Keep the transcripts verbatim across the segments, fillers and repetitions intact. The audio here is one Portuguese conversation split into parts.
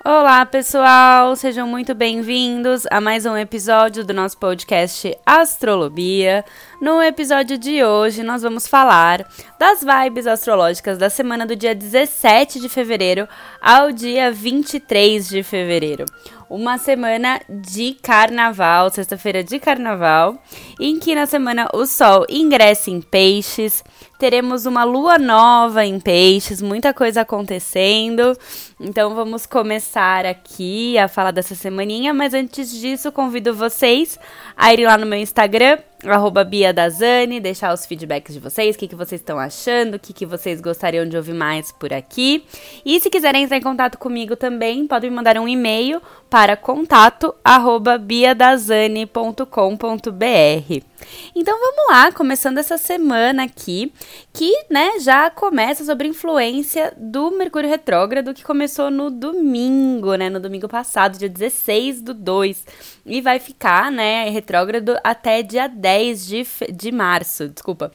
Olá, pessoal! Sejam muito bem-vindos a mais um episódio do nosso podcast Astrolobia. No episódio de hoje, nós vamos falar das vibes astrológicas da semana do dia dezessete de fevereiro ao dia vinte e três de fevereiro. Uma semana de carnaval, sexta-feira de carnaval, em que na semana o Sol ingressa em Peixes, teremos uma lua nova em Peixes, muita coisa acontecendo. Então vamos começar aqui a falar dessa semaninha, mas antes disso convido vocês a irem lá no meu Instagram, arroba Bia Dazani, deixar os feedbacks de vocês, o que, que vocês estão achando, o que, que vocês gostariam de ouvir mais por aqui. E se quiserem entrar em contato comigo também, podem me mandar um e-mail para contato arroba biadazani ponto com ponto br. Então vamos lá, começando essa semana aqui, que né, já começa sobre a influência do Mercúrio retrógrado, que começou no domingo, né, no domingo passado, dia dezesseis do dois, e vai ficar, né, retrógrado até dia dez de, fe... de março, desculpa.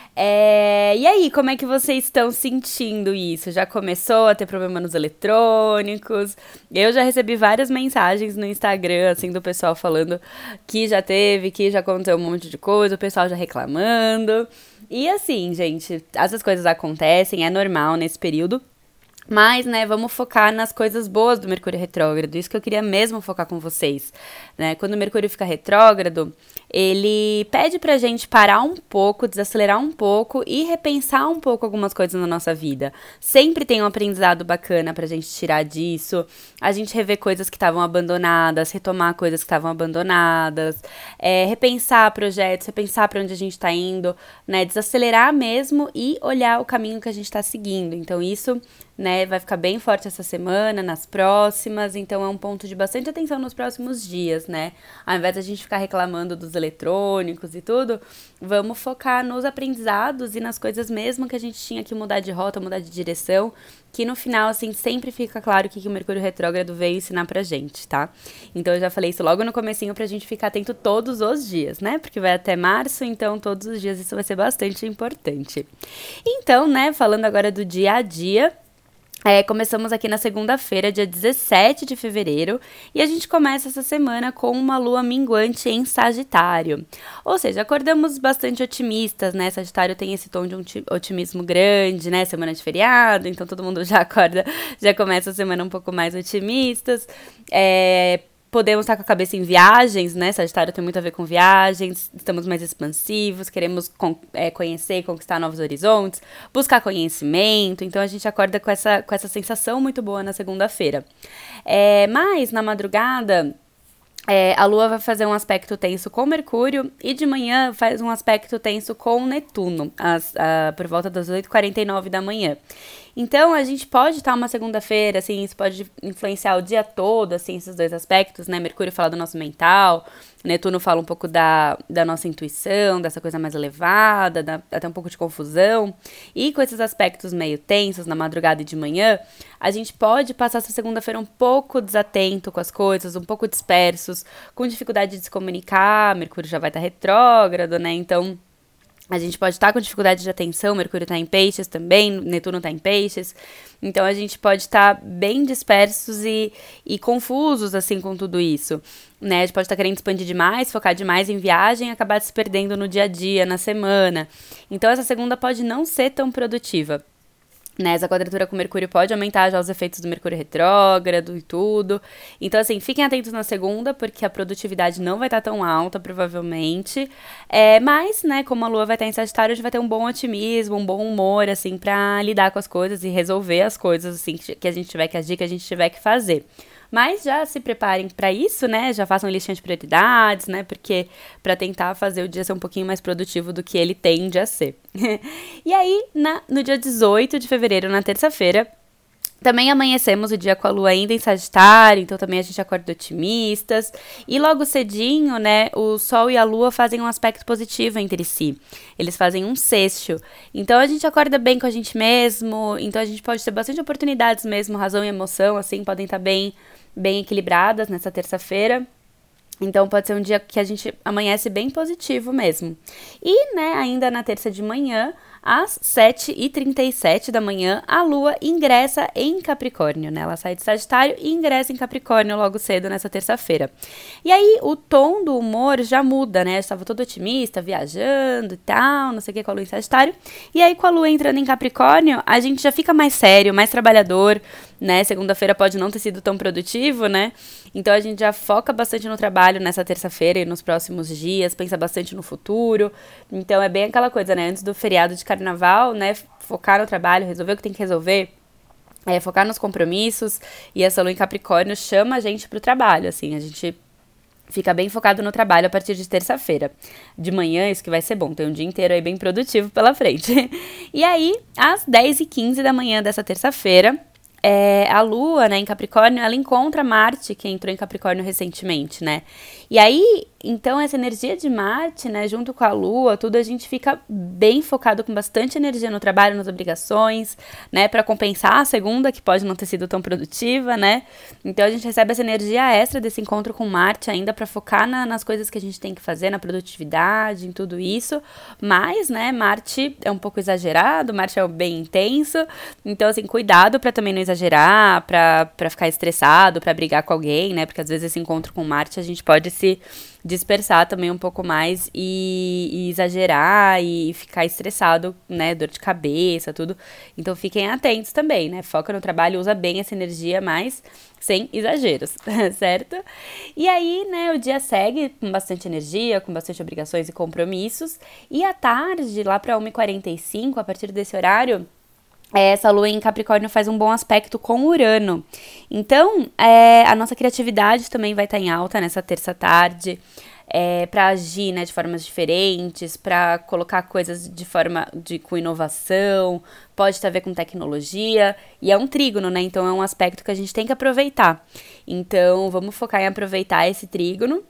É... E aí, como é que vocês estão sentindo isso? Já começou a ter problema nos eletrônicos? Eu já recebi várias mensagens no Instagram, assim, do pessoal falando que já teve, que já aconteceu um monte de coisa, o pessoal já reclamando. E assim, gente, essas coisas acontecem, é normal nesse período. Mas, né, vamos focar nas coisas boas do Mercúrio retrógrado, isso que eu queria mesmo focar com vocês, né, quando o Mercúrio fica retrógrado, ele pede pra gente parar um pouco, desacelerar um pouco e repensar um pouco algumas coisas na nossa vida. Sempre tem um aprendizado bacana pra gente tirar disso, a gente rever coisas que estavam abandonadas, retomar coisas que estavam abandonadas, é, repensar projetos, repensar pra onde a gente tá indo, né, desacelerar mesmo e olhar o caminho que a gente tá seguindo. Então isso, né, vai ficar bem forte essa semana, nas próximas, então é um ponto de bastante atenção nos próximos dias, né, ao invés de a gente ficar reclamando dos eletrônicos e tudo, vamos focar nos aprendizados e nas coisas mesmo que a gente tinha que mudar de rota, mudar de direção, que no final, assim, sempre fica claro o que, que o Mercúrio retrógrado veio ensinar pra gente, tá? Então eu já falei isso logo no comecinho pra gente ficar atento todos os dias, né, porque vai até março, então todos os dias isso vai ser bastante importante. Então, né, falando agora do dia a dia, É, começamos aqui na segunda-feira, dia dezessete de fevereiro, e a gente começa essa semana com uma lua minguante em Sagitário. Ou seja, acordamos bastante otimistas, né? Sagitário tem esse tom de um otimismo grande, né? Semana de feriado, então todo mundo já acorda, já começa a semana um pouco mais otimistas. É... Podemos estar com a cabeça em viagens, né? Sagitário tem muito a ver com viagens, estamos mais expansivos, queremos con- é, conhecer e conquistar novos horizontes, buscar conhecimento, então a gente acorda com essa, com essa sensação muito boa na segunda-feira. É, mas, na madrugada, É, a Lua vai fazer um aspecto tenso com Mercúrio e de manhã faz um aspecto tenso com Netuno, às, a, por volta das oito e quarenta e nove da manhã. Então, a gente pode estar uma segunda-feira, assim, isso pode influenciar o dia todo, assim, esses dois aspectos, né? Mercúrio fala do nosso mental, Netuno fala um pouco da, da nossa intuição, dessa coisa mais elevada, da, até um pouco de confusão. E com esses aspectos meio tensos, na madrugada e de manhã, a gente pode passar essa segunda-feira um pouco desatento com as coisas, um pouco dispersos, com dificuldade de se comunicar, Mercúrio já vai estar retrógrado, né? Então, a gente pode estar com dificuldade de atenção, Mercúrio está em Peixes também, Netuno está em Peixes, então a gente pode estar bem dispersos e, e confusos, assim, com tudo isso, né? A gente pode estar querendo expandir demais, focar demais em viagem e acabar se perdendo no dia a dia, na semana. Então essa segunda pode não ser tão produtiva. Né, essa quadratura com Mercúrio pode aumentar já os efeitos do Mercúrio retrógrado e tudo. Então, assim, fiquem atentos na segunda, porque a produtividade não vai estar tão alta, provavelmente. É, mas, né, como a Lua vai estar em Sagitário, a gente vai ter um bom otimismo, um bom humor, assim, pra lidar com as coisas e resolver as coisas, assim, que a gente tiver que agir, que a gente tiver que fazer. Mas já se preparem para isso, né? Já façam listinha de prioridades, né? Porque para tentar fazer o dia ser um pouquinho mais produtivo do que ele tende a ser. E aí, na, no dia dezoito de fevereiro, na terça-feira, também amanhecemos o dia com a lua ainda em Sagitário, então também a gente acorda otimistas. E logo cedinho, né, o Sol e a Lua fazem um aspecto positivo entre si. Eles fazem um sextil. Então a gente acorda bem com a gente mesmo, então a gente pode ter bastante oportunidades mesmo, razão e emoção, assim, podem estar bem, bem equilibradas nessa terça-feira. Então pode ser um dia que a gente amanhece bem positivo mesmo. E, né, ainda na terça de manhã, às sete e trinta e sete da manhã, a Lua ingressa em Capricórnio, né? Ela sai de Sagitário e ingressa em Capricórnio logo cedo nessa terça-feira. E aí, o tom do humor já muda, né? Eu estava todo otimista, viajando e tal, não sei o que, com a Lua em Sagitário. E aí, com a Lua entrando em Capricórnio, a gente já fica mais sério, mais trabalhador, né? Segunda-feira pode não ter sido tão produtivo, né? Então, a gente já foca bastante no trabalho nessa terça-feira e nos próximos dias, pensa bastante no futuro. Então, é bem aquela coisa, né? Antes do feriado de carnaval, né? Focar no trabalho, resolver o que tem que resolver. É, focar nos compromissos. E essa Lua em Capricórnio chama a gente pro trabalho, assim. A gente fica bem focado no trabalho a partir de terça-feira. De manhã, isso que vai ser bom. Tem um dia inteiro aí bem produtivo pela frente. E aí, às dez e quinze da manhã dessa terça-feira, é, a Lua, né, em Capricórnio, ela encontra Marte, que entrou em Capricórnio recentemente, né? E aí, então, essa energia de Marte, né, junto com a Lua, tudo, a gente fica bem focado, com bastante energia no trabalho, nas obrigações, né, para compensar a segunda, que pode não ter sido tão produtiva, né? Então, a gente recebe essa energia extra desse encontro com Marte ainda para focar na, nas coisas que a gente tem que fazer, na produtividade, em tudo isso. Mas, né, Marte é um pouco exagerado, Marte é bem intenso. Então, assim, cuidado para também não exagerar, para para ficar estressado, para brigar com alguém, né? Porque às vezes esse encontro com Marte a gente pode se dispersar também um pouco mais e, e exagerar e ficar estressado, né, dor de cabeça, tudo. Então fiquem atentos também, né, foca no trabalho, usa bem essa energia, mas sem exageros, certo? E aí, né, o dia segue com bastante energia, com bastante obrigações e compromissos, e à tarde, lá para uma e quarenta e cinco, a partir desse horário, essa Lua em Capricórnio faz um bom aspecto com Urano. Então, é, a nossa criatividade também vai estar em alta nessa terça-tarde, é, para agir, né, de formas diferentes, para colocar coisas de forma de, com inovação, pode ter a ver com tecnologia, e é um trígono, né? Então, é um aspecto que a gente tem que aproveitar. Então, vamos focar em aproveitar esse trígono.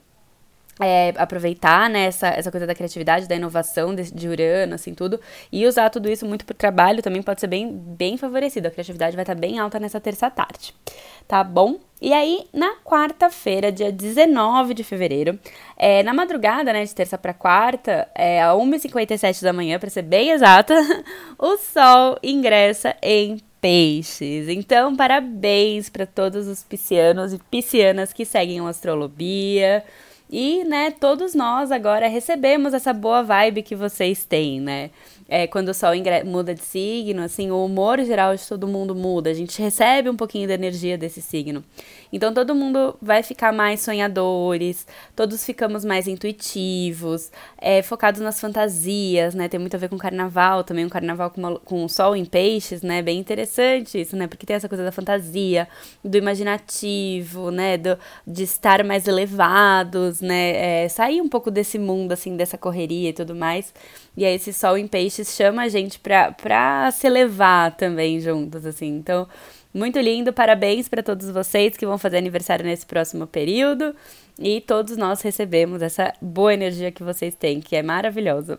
É, aproveitar, né, essa, essa coisa da criatividade, da inovação de, de Urano, assim, tudo, e usar tudo isso muito pro trabalho também pode ser bem, bem favorecido. A criatividade vai estar bem alta nessa terça-tarde, tá bom? E aí, na quarta-feira, dia dezenove de fevereiro, é, na madrugada, né, de terça para quarta, é, a uma e cinquenta e sete da manhã, para ser bem exata, o Sol ingressa em Peixes. Então, parabéns para todos os piscianos e piscianas que seguem a Astrolobia. E, né, todos nós agora recebemos essa boa vibe que vocês têm, né? É, quando o Sol muda de signo, assim, o humor geral de todo mundo muda. A gente recebe um pouquinho da energia desse signo. Então, todo mundo vai ficar mais sonhadores, todos ficamos mais intuitivos, é, focados nas fantasias, né? Tem muito a ver com carnaval também, um carnaval com, uma, com o Sol em Peixes, né? Bem interessante isso, né? Porque tem essa coisa da fantasia, do imaginativo, né? Do, de estar mais elevados, né? É, sair um pouco desse mundo, assim, dessa correria e tudo mais. E aí esse Sol em Peixes chama a gente pra, pra se elevar também juntos, assim. Então, muito lindo, parabéns para todos vocês que vão fazer aniversário nesse próximo período. E todos nós recebemos essa boa energia que vocês têm, que é maravilhosa.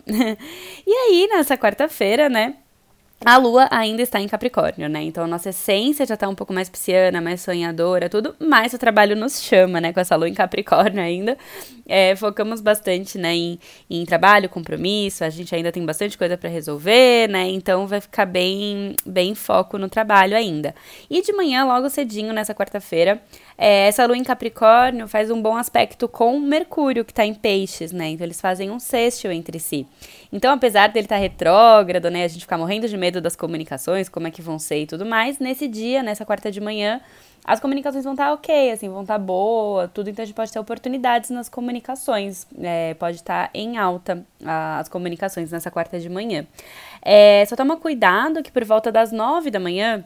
E aí, nessa quarta-feira, né? A Lua ainda está em Capricórnio, né? Então, a nossa essência já tá um pouco mais pisciana, mais sonhadora, tudo. Mas o trabalho nos chama, né? Com essa Lua em Capricórnio ainda. É, focamos bastante, né? Em, em trabalho, compromisso. A gente ainda tem bastante coisa para resolver, né? Então, vai ficar bem, bem foco no trabalho ainda. E de manhã, logo cedinho, nessa quarta-feira, é, essa Lua em Capricórnio faz um bom aspecto com Mercúrio, que tá em Peixes, né? Então, eles fazem um sextil entre si. Então, apesar dele estar retrógrado, né? A gente ficar morrendo de medo das comunicações, como é que vão ser e tudo mais, nesse dia, nessa quarta de manhã, as comunicações vão estar ok, assim, vão estar boa, tudo, então a gente pode ter oportunidades nas comunicações, é, pode estar em alta a, as comunicações nessa quarta de manhã. É, só toma cuidado que por volta das nove da manhã,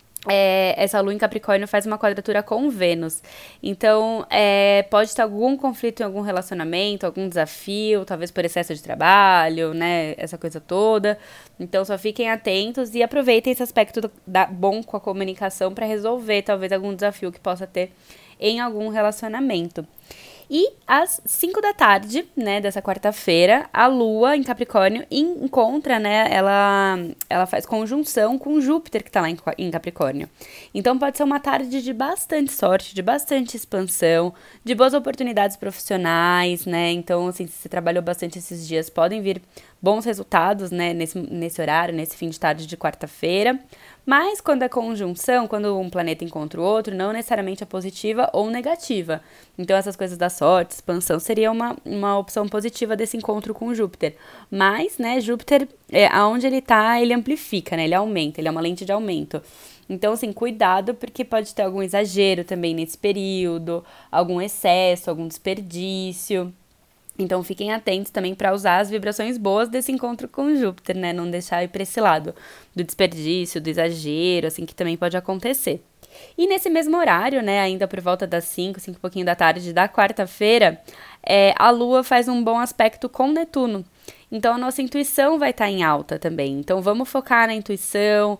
É, essa Lua em Capricórnio faz uma quadratura com Vênus. Então, é, pode ter algum conflito em algum relacionamento, algum desafio, talvez por excesso de trabalho, né? Essa coisa toda. Então, só fiquem atentos e aproveitem esse aspecto do, da, bom com a comunicação para resolver talvez algum desafio que possa ter em algum relacionamento. E às cinco da tarde, né, dessa quarta-feira, a Lua em Capricórnio encontra, né, ela, ela faz conjunção com Júpiter, que tá lá em, em Capricórnio. Então pode ser uma tarde de bastante sorte, de bastante expansão, de boas oportunidades profissionais, né, então assim, se você trabalhou bastante esses dias, podem vir bons resultados, né, nesse, nesse horário, nesse fim de tarde de quarta-feira. Mas quando é conjunção, quando um planeta encontra o outro, não necessariamente é positiva ou negativa. Então essas coisas da sorte, expansão, seria uma, uma opção positiva desse encontro com Júpiter. Mas, né, Júpiter, é, aonde ele tá, ele amplifica, né, ele aumenta, ele é uma lente de aumento. Então, assim, cuidado, porque pode ter algum exagero também nesse período, algum excesso, algum desperdício. Então, fiquem atentos também para usar as vibrações boas desse encontro com Júpiter, né? Não deixar ir para esse lado do desperdício, do exagero, assim, que também pode acontecer. E nesse mesmo horário, né, ainda por volta das cinco, cinco e pouquinho da tarde da quarta-feira, é, a Lua faz um bom aspecto com Netuno. Então, a nossa intuição vai estar em alta também. Então, vamos focar na intuição,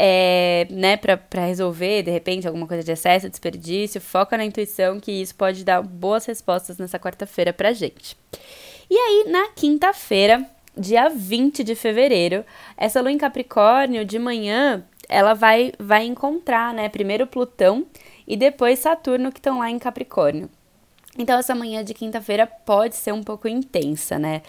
é, né, pra, pra resolver, de repente, alguma coisa de excesso, desperdício. Foca na intuição, que isso pode dar boas respostas nessa quarta-feira pra gente. E aí, na quinta-feira, dia vinte de fevereiro, essa Lua em Capricórnio, de manhã, ela vai, vai encontrar, né, primeiro Plutão e depois Saturno, que estão lá em Capricórnio. Então, essa manhã de quinta-feira pode ser um pouco intensa, né?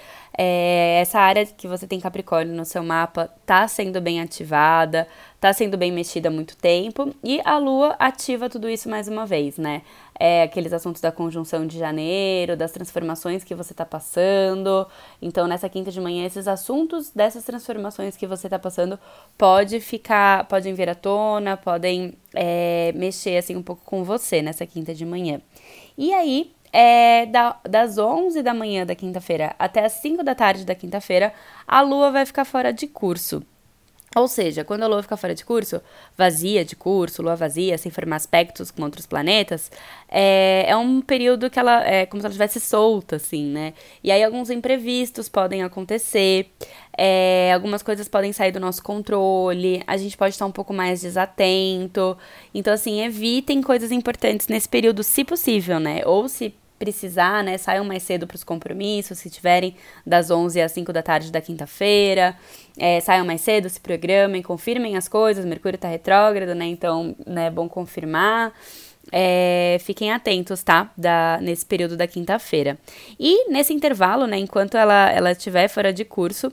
É, essa área que você tem Capricórnio no seu mapa tá sendo bem ativada, tá sendo bem mexida há muito tempo, e a Lua ativa tudo isso mais uma vez, né? É, aqueles assuntos da conjunção de janeiro, das transformações que você tá passando. Então, nessa quinta de manhã, esses assuntos dessas transformações que você tá passando pode ficar, podem vir à tona, podem é, mexer assim um pouco com você nessa quinta de manhã. E aí, é, da, das onze da manhã da quinta-feira até as cinco da tarde da quinta-feira, a Lua vai ficar fora de curso. Ou seja, quando a Lua fica fora de curso, vazia de curso, Lua vazia, sem formar aspectos com outros planetas, é, é um período que ela é como se ela estivesse solta, assim, né? E aí alguns imprevistos podem acontecer, é, algumas coisas podem sair do nosso controle, a gente pode estar um pouco mais desatento. Então, assim, evitem coisas importantes nesse período, se possível, né? Ou se precisar, né, saiam mais cedo para os compromissos, se tiverem das onze às cinco da tarde da quinta-feira, é, saiam mais cedo, se programem, confirmem as coisas, Mercúrio tá retrógrado, né, então, né, é bom confirmar. É, fiquem atentos, tá? Da, nesse período da quinta-feira. E nesse intervalo, né, enquanto ela, ela estiver fora de curso,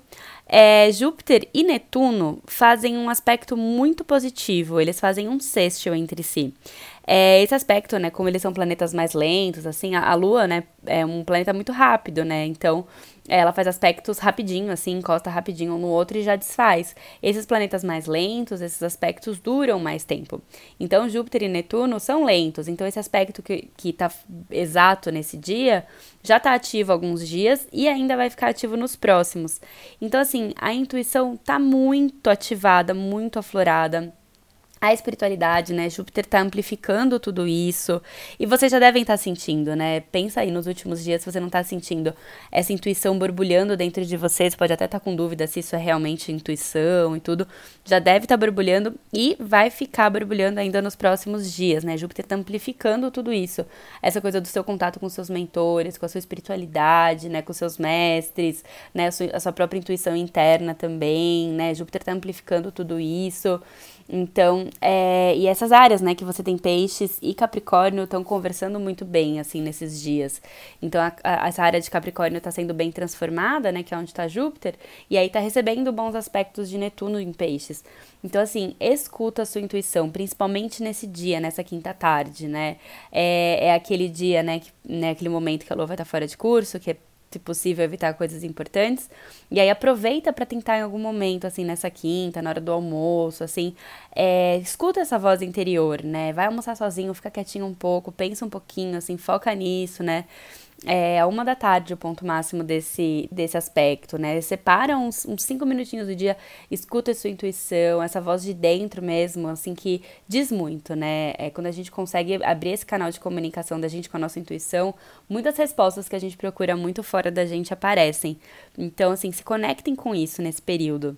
é, Júpiter e Netuno fazem um aspecto muito positivo, eles fazem um sextil entre si. É, esse aspecto, né, como eles são planetas mais lentos, assim, a, a Lua, né, é um planeta muito rápido, né, então ela faz aspectos rapidinho, assim, encosta rapidinho um no outro e já desfaz. Esses planetas mais lentos, esses aspectos duram mais tempo. Então, Júpiter e Netuno são lentos, então esse aspecto que, que tá exato nesse dia já tá ativo alguns dias e ainda vai ficar ativo nos próximos. Então, assim, a intuição tá muito ativada, muito aflorada. A espiritualidade, né? Júpiter tá amplificando tudo isso. E vocês já devem estar sentindo, né? Pensa aí nos últimos dias se você não tá sentindo essa intuição borbulhando dentro de você. Você pode até estar com dúvida se isso é realmente intuição e tudo. Já deve estar borbulhando e vai ficar borbulhando ainda nos próximos dias, né? Júpiter tá amplificando tudo isso. Essa coisa do seu contato com seus mentores, com a sua espiritualidade, né? Com seus mestres, né? A sua, a sua própria intuição interna também, né? Júpiter tá amplificando tudo isso. Então, é, e essas áreas, né, que você tem Peixes e Capricórnio estão conversando muito bem, assim, nesses dias. Então, a, a, essa área de Capricórnio está sendo bem transformada, né, que é onde está Júpiter, e aí está recebendo bons aspectos de Netuno em Peixes. Então, assim, escuta a sua intuição, principalmente nesse dia, nessa quinta tarde, né. É, é aquele dia, né, que, né, aquele momento que a Lua vai estar fora de curso, que é, se possível, evitar coisas importantes. E aí aproveita para tentar em algum momento, assim, nessa quinta, na hora do almoço, assim, é, escuta essa voz interior, né? Vai almoçar sozinho, fica quietinho um pouco, pensa um pouquinho, assim, foca nisso, né? É a uma da tarde o ponto máximo desse, desse aspecto, né? Separa uns, uns cinco minutinhos do dia, escuta a sua intuição, essa voz de dentro mesmo, assim, que diz muito, né? É quando a gente consegue abrir esse canal de comunicação da gente com a nossa intuição, muitas respostas que a gente procura muito fora da gente aparecem. Então, assim, se conectem com isso nesse período.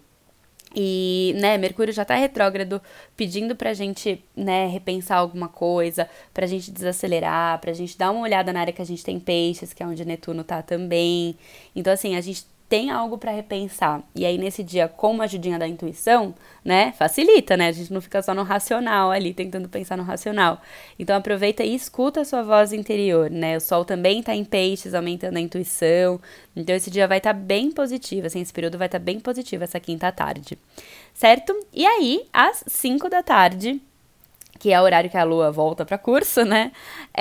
E, né, Mercúrio já tá retrógrado, pedindo pra gente, né, repensar alguma coisa, pra gente desacelerar, pra gente dar uma olhada na área que a gente tem Peixes, que é onde Netuno tá também. Então, assim, a gente tem algo para repensar. E aí, nesse dia, com uma ajudinha da intuição, né, facilita, né? A gente não fica só no racional ali, tentando pensar no racional. Então, aproveita e escuta a sua voz interior, né? O sol também tá em peixes, aumentando a intuição. Então, esse dia vai estar tá bem positivo, assim, esse período vai estar tá bem positivo, essa quinta tarde, certo? E aí, às cinco da tarde, que é o horário que a Lua volta para curso, né?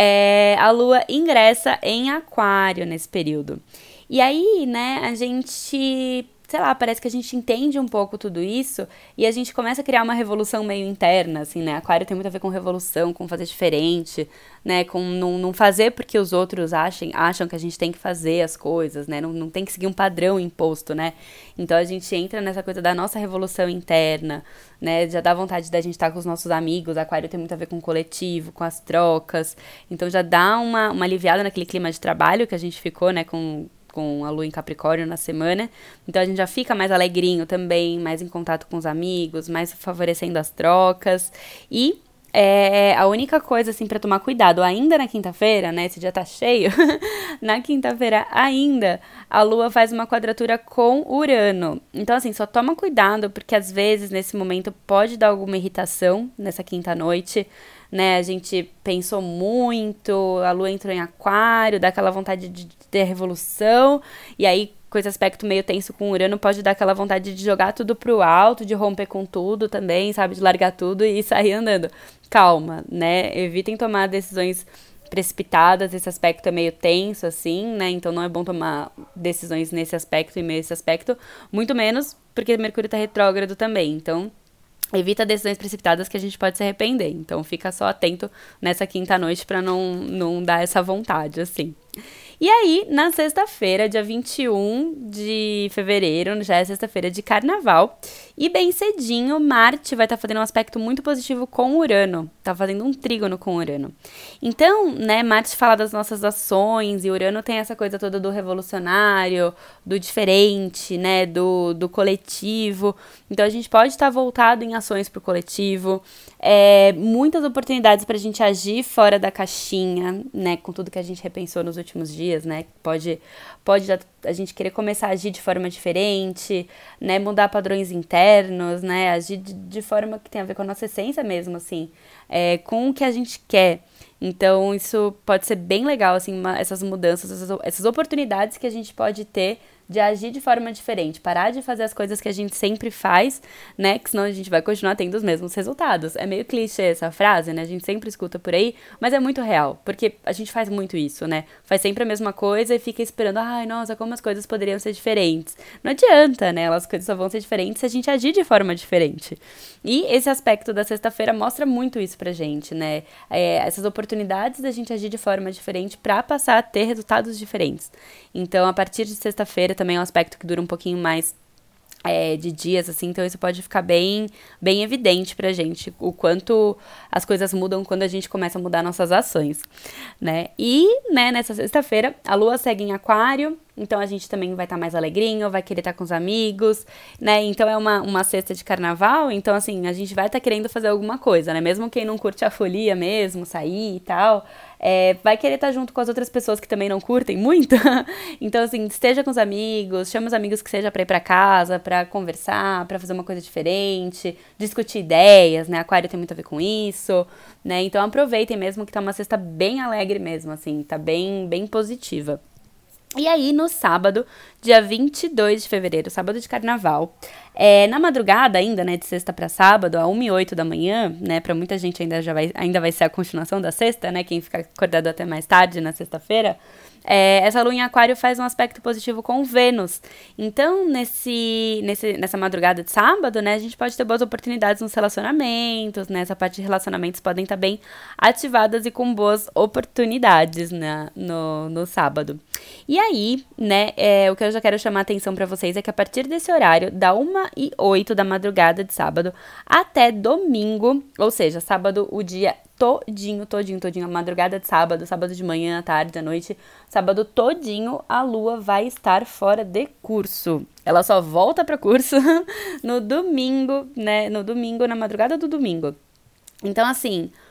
É, a Lua ingressa em Aquário nesse período. E aí, né, a gente, sei lá, parece que a gente entende um pouco tudo isso e a gente começa a criar uma revolução meio interna, assim, né? Aquário tem muito a ver com revolução, com fazer diferente, né? Com não, não fazer porque os outros achem, acham que a gente tem que fazer as coisas, né? Não, não tem que seguir um padrão imposto, né? Então a gente entra nessa coisa da nossa revolução interna, né? Já dá vontade da gente estar com os nossos amigos. Aquário tem muito a ver com o coletivo, com as trocas. Então já dá uma, uma aliviada naquele clima de trabalho que a gente ficou, né? Com com a Lua em Capricórnio na semana, então a gente já fica mais alegrinho também, mais em contato com os amigos, mais favorecendo as trocas, e é, a única coisa, assim, pra tomar cuidado, ainda na quinta-feira, né, esse dia tá cheio, na quinta-feira ainda, a Lua faz uma quadratura com Urano, então, assim, só toma cuidado, porque às vezes, nesse momento, pode dar alguma irritação, nessa quinta-noite, né, a gente pensou muito, a Lua entrou em Aquário, dá aquela vontade de ter revolução, e aí, com esse aspecto meio tenso com Urano, pode dar aquela vontade de jogar tudo pro alto, de romper com tudo também, sabe, de largar tudo e sair andando. Calma, né, evitem tomar decisões precipitadas, esse aspecto é meio tenso, assim, né, então não é bom tomar decisões nesse aspecto e meio esse aspecto, muito menos porque Mercúrio tá retrógrado também, então evita decisões precipitadas que a gente pode se arrepender. Então, fica só atento nessa quinta noite pra não, não dar essa vontade, assim. E aí, na sexta-feira, dia vinte e um de fevereiro, já é sexta-feira de carnaval, e bem cedinho, Marte vai estar tá fazendo um aspecto muito positivo com Urano, tá fazendo um trígono com Urano. Então, né, Marte fala das nossas ações, e Urano tem essa coisa toda do revolucionário, do diferente, né, do, do coletivo. Então, a gente pode estar tá voltado em ações pro coletivo, é, muitas oportunidades pra gente agir fora da caixinha, né, com tudo que a gente repensou nos últimos dias, né, pode, pode a gente querer começar a agir de forma diferente, né, mudar padrões internos, né, agir de, de forma que tem a ver com a nossa essência mesmo, assim, é, com o que a gente quer. Então, isso pode ser bem legal, assim, uma, essas mudanças, essas, essas oportunidades que a gente pode ter de agir de forma diferente, parar de fazer as coisas que a gente sempre faz, né, que senão a gente vai continuar tendo os mesmos resultados. É meio clichê essa frase, né, a gente sempre escuta por aí, mas é muito real, porque a gente faz muito isso, né, faz sempre a mesma coisa e fica esperando, ai, nossa, como as coisas poderiam ser diferentes. Não adianta, né, as coisas só vão ser diferentes se a gente agir de forma diferente. E esse aspecto da sexta-feira mostra muito isso pra gente, né, é, essas oportunidades da gente agir de forma diferente pra passar a ter resultados diferentes. Então, a partir de sexta-feira, também é um aspecto que dura um pouquinho mais é, de dias, assim, então isso pode ficar bem, bem evidente pra gente, o quanto as coisas mudam quando a gente começa a mudar nossas ações, né? E, né, nessa sexta-feira, a Lua segue em Aquário, então a gente também vai estar tá mais alegrinho, vai querer estar tá com os amigos, né? Então é uma, uma sexta de carnaval, então assim, a gente vai estar tá querendo fazer alguma coisa, né? Mesmo quem não curte a folia mesmo, sair e tal, é, vai querer estar tá junto com as outras pessoas que também não curtem muito. Então assim, esteja com os amigos, chama os amigos que seja pra ir pra casa, pra conversar, pra fazer uma coisa diferente, discutir ideias, né? Aquário tem muito a ver com isso, né? Então aproveitem mesmo que tá uma sexta bem alegre mesmo, assim, tá bem, bem positiva. E aí, no sábado, dia vinte e dois de fevereiro, sábado de carnaval, é, na madrugada ainda, né, de sexta para sábado, a uma e oito da manhã, né, pra muita gente ainda, já vai, ainda vai ser a continuação da sexta, né, quem fica acordado até mais tarde na sexta-feira, é, essa lua em Aquário faz um aspecto positivo com Vênus. Então, nesse, nesse, nessa madrugada de sábado, né, a gente pode ter boas oportunidades nos relacionamentos, né, essa parte de relacionamentos podem estar bem ativadas e com boas oportunidades, né, no, no sábado. E aí, né, é, o que eu já quero chamar a atenção pra vocês é que a partir desse horário, da uma e oito da madrugada de sábado até domingo, ou seja, sábado o dia todinho, todinho, todinho, a madrugada de sábado, sábado de manhã, à tarde, à noite, sábado todinho, a Lua vai estar fora de curso. Ela só volta para curso no domingo, né, no domingo, na madrugada do domingo. Então, assim,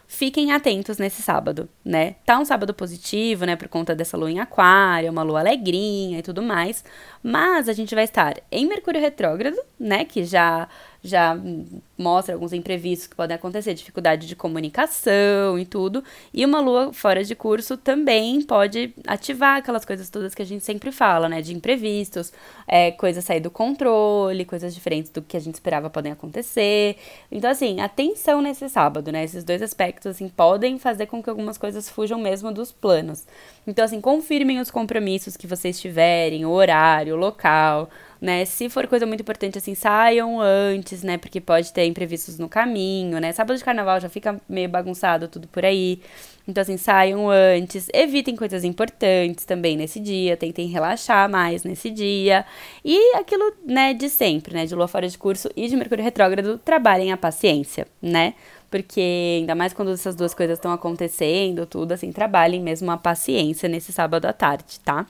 fiquem atentos nesse sábado, né? Tá um sábado positivo, né, por conta dessa lua em aquário, uma lua alegrinha e tudo mais, mas a gente vai estar em Mercúrio retrógrado, né, que já já mostra alguns imprevistos que podem acontecer, dificuldade de comunicação e tudo, e uma lua fora de curso também pode ativar aquelas coisas todas que a gente sempre fala, né, de imprevistos, é, coisas sair do controle, coisas diferentes do que a gente esperava podem acontecer. Então, assim, atenção nesse sábado, né, esses dois aspectos, assim, podem fazer com que algumas coisas fujam mesmo dos planos. Então, assim, confirmem os compromissos que vocês tiverem, o horário, o local, né, se for coisa muito importante, assim, saiam antes, né, porque pode ter imprevistos no caminho, né, sábado de carnaval já fica meio bagunçado tudo por aí, então, assim, saiam antes, evitem coisas importantes também nesse dia, tentem relaxar mais nesse dia, e aquilo, né, de sempre, né, de lua fora de curso e de Mercúrio retrógrado, trabalhem a paciência, né, porque ainda mais quando essas duas coisas estão acontecendo, tudo, assim, trabalhem mesmo a paciência nesse sábado à tarde, tá?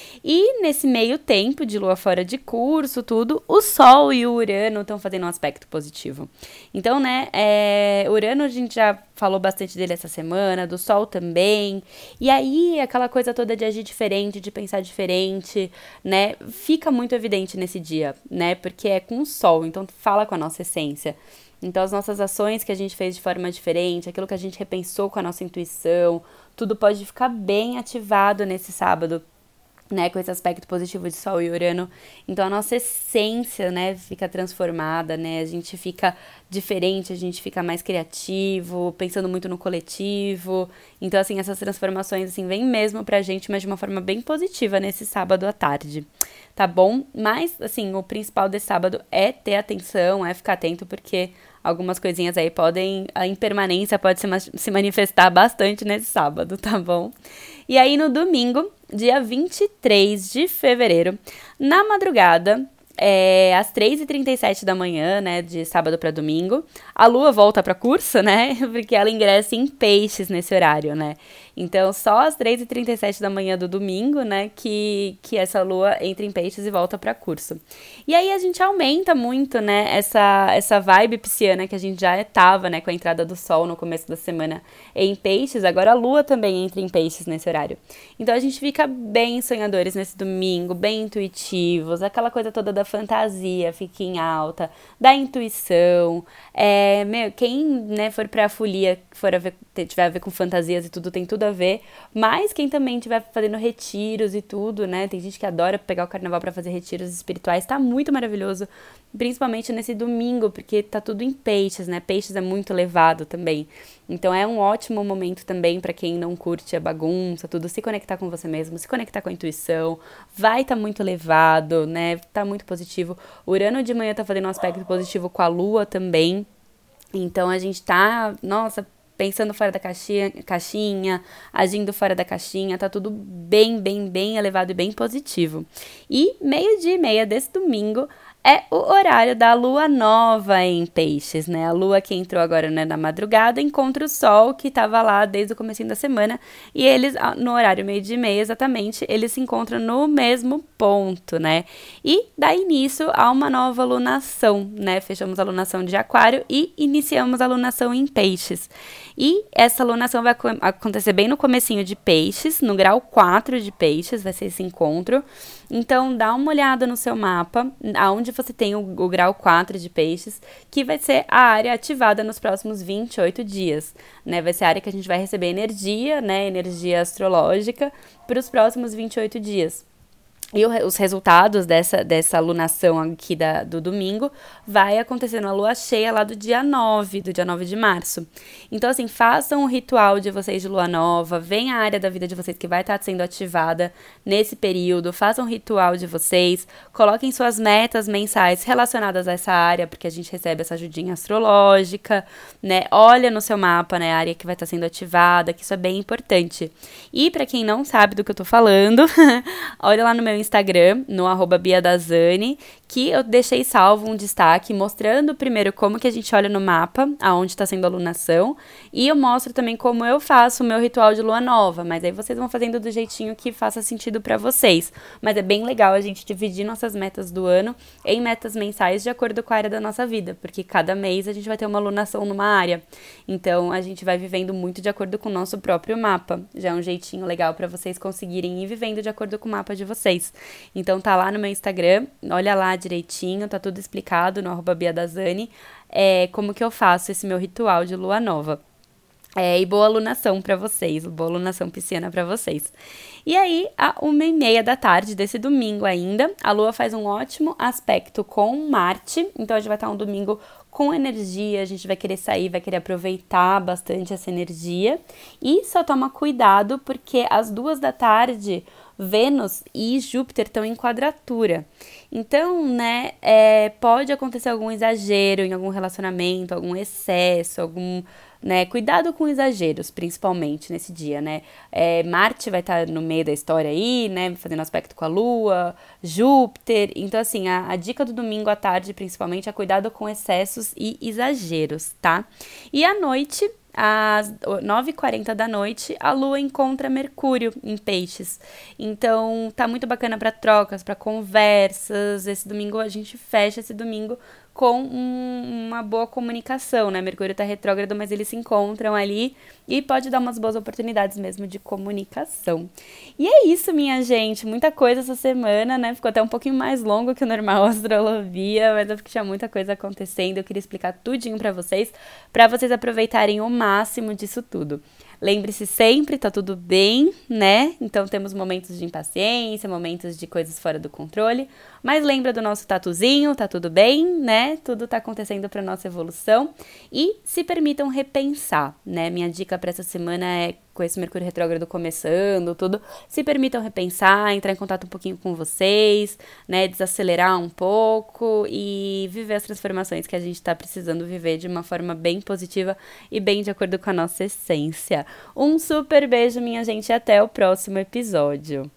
E nesse meio tempo de lua fora de curso, tudo, o Sol e o Urano estão fazendo um aspecto positivo. Então, né, é, Urano a gente já falou bastante dele essa semana, do Sol também, e aí aquela coisa toda de agir diferente, de pensar diferente, né, fica muito evidente nesse dia, né, porque é com o Sol, então fala com a nossa essência. Então, as nossas ações que a gente fez de forma diferente, aquilo que a gente repensou com a nossa intuição, tudo pode ficar bem ativado nesse sábado, né, com esse aspecto positivo de Sol e Urano. Então, a nossa essência, né, fica transformada, né, a gente fica diferente, a gente fica mais criativo, pensando muito no coletivo. Então, assim, essas transformações, assim, vêm mesmo pra gente, mas de uma forma bem positiva nesse sábado à tarde, tá bom? Mas, assim, o principal desse sábado é ter atenção, é ficar atento, porque algumas coisinhas aí podem, a impermanência pode se, ma- se manifestar bastante nesse sábado, tá bom? E aí, no domingo, dia vinte e três de fevereiro, na madrugada, é, às três e trinta e sete da manhã, né, de sábado para domingo, a lua volta para curso, né, porque ela ingressa em peixes nesse horário, né. Então, só às três e trinta e sete da manhã do domingo, né, que, que essa lua entra em peixes e volta para curso. E aí a gente aumenta muito, né, essa, essa vibe pisciana que a gente já tava, né, com a entrada do sol no começo da semana em peixes, agora a lua também entra em peixes nesse horário. Então a gente fica bem sonhadores nesse domingo, bem intuitivos, aquela coisa toda da fantasia fica em alta, da intuição, é, meu, quem, né, for pra folia, for a ver, tiver a ver com fantasias e tudo, tem tudo a ver, mas quem também estiver fazendo retiros e tudo, né, tem gente que adora pegar o carnaval pra fazer retiros espirituais, tá muito maravilhoso, principalmente nesse domingo, porque tá tudo em peixes, né, peixes é muito elevado também, então é um ótimo momento também pra quem não curte a bagunça, tudo, se conectar com você mesmo, se conectar com a intuição, vai tá muito elevado, né, tá muito positivo, Urano de manhã tá fazendo um aspecto positivo com a Lua também, então a gente tá, nossa, pensando fora da caixinha, caixinha, agindo fora da caixinha, tá tudo bem, bem, bem elevado e bem positivo. E meio-dia e meia desse domingo é o horário da lua nova em peixes, né? A lua que entrou agora, né, na madrugada encontra o sol que estava lá desde o comecinho da semana e eles, no horário meio-dia e meia exatamente, eles se encontram no mesmo ponto, né? E dá início a uma nova lunação, né? Fechamos a lunação de aquário e iniciamos a lunação em peixes. E essa lunação vai acontecer bem no comecinho de peixes, no grau quatro de peixes, vai ser esse encontro. Então, dá uma olhada no seu mapa, aonde você tem o, o grau quatro de peixes, que vai ser a área ativada nos próximos vinte e oito dias, né? Vai ser a área que a gente vai receber energia, né? Energia astrológica para os próximos vinte e oito dias. E o, os resultados dessa, dessa lunação aqui da, do domingo vai acontecer na lua cheia lá do dia nove, do dia nove de março. Então, assim, façam o ritual de vocês de lua nova, venha a área da vida de vocês que vai estar sendo ativada nesse período, façam o ritual de vocês, coloquem suas metas mensais relacionadas a essa área, porque a gente recebe essa ajudinha astrológica, né? Olha no seu mapa, né, a área que vai estar sendo ativada, que isso é bem importante. E para quem não sabe do que eu tô falando, olha lá no meu Instagram, no arroba Bia Dazani, que eu deixei salvo um destaque mostrando primeiro como que a gente olha no mapa, aonde está sendo a lunação, e eu mostro também como eu faço o meu ritual de lua nova, mas aí vocês vão fazendo do jeitinho que faça sentido para vocês. Mas é bem legal a gente dividir nossas metas do ano em metas mensais de acordo com a área da nossa vida, porque cada mês a gente vai ter uma lunação numa área. Então a gente vai vivendo muito de acordo com o nosso próprio mapa. Já é um jeitinho legal para vocês conseguirem ir vivendo de acordo com o mapa de vocês. Então tá lá no meu Instagram, olha lá direitinho, tá tudo explicado no arroba Bia Dazani, é, como que eu faço esse meu ritual de lua nova. É, e boa alunação pra vocês, boa alunação pisciana pra vocês. E aí, a uma e meia da tarde desse domingo ainda, a Lua faz um ótimo aspecto com Marte, então a gente vai estar um domingo com energia, a gente vai querer sair, vai querer aproveitar bastante essa energia. E só toma cuidado, porque às duas da tarde, Vênus e Júpiter estão em quadratura. Então, né, é, pode acontecer algum exagero em algum relacionamento, algum excesso, algum... Né? Cuidado com exageros, principalmente nesse dia, né? É, Marte vai estar no meio da história aí, né? Fazendo aspecto com a Lua, Júpiter. Então, assim, a, a dica do domingo à tarde, principalmente, é cuidado com excessos e exageros, tá? E à noite, às nove e quarenta da noite, a Lua encontra Mercúrio em Peixes. Então, tá muito bacana para trocas, para conversas. Esse domingo, a gente fecha esse domingo com um, uma boa comunicação, né? Mercúrio tá retrógrado, mas eles se encontram ali e pode dar umas boas oportunidades mesmo de comunicação. E é isso, minha gente, muita coisa essa semana, né? Ficou até um pouquinho mais longo que o normal a astrologia, mas é porque tinha muita coisa acontecendo, eu queria explicar tudinho pra vocês, pra vocês aproveitarem o máximo disso tudo. Lembre-se sempre, tá tudo bem, né? Então temos momentos de impaciência, momentos de coisas fora do controle, mas lembra do nosso tatuzinho, tá tudo bem, né? Tudo tá acontecendo pra nossa evolução e se permitam repensar, né? Minha dica pra essa semana é, com esse Mercúrio retrógrado começando, tudo, se permitam repensar, entrar em contato um pouquinho com vocês, né? Desacelerar um pouco e viver as transformações que a gente tá precisando viver de uma forma bem positiva e bem de acordo com a nossa essência. Um super beijo, minha gente, e até o próximo episódio.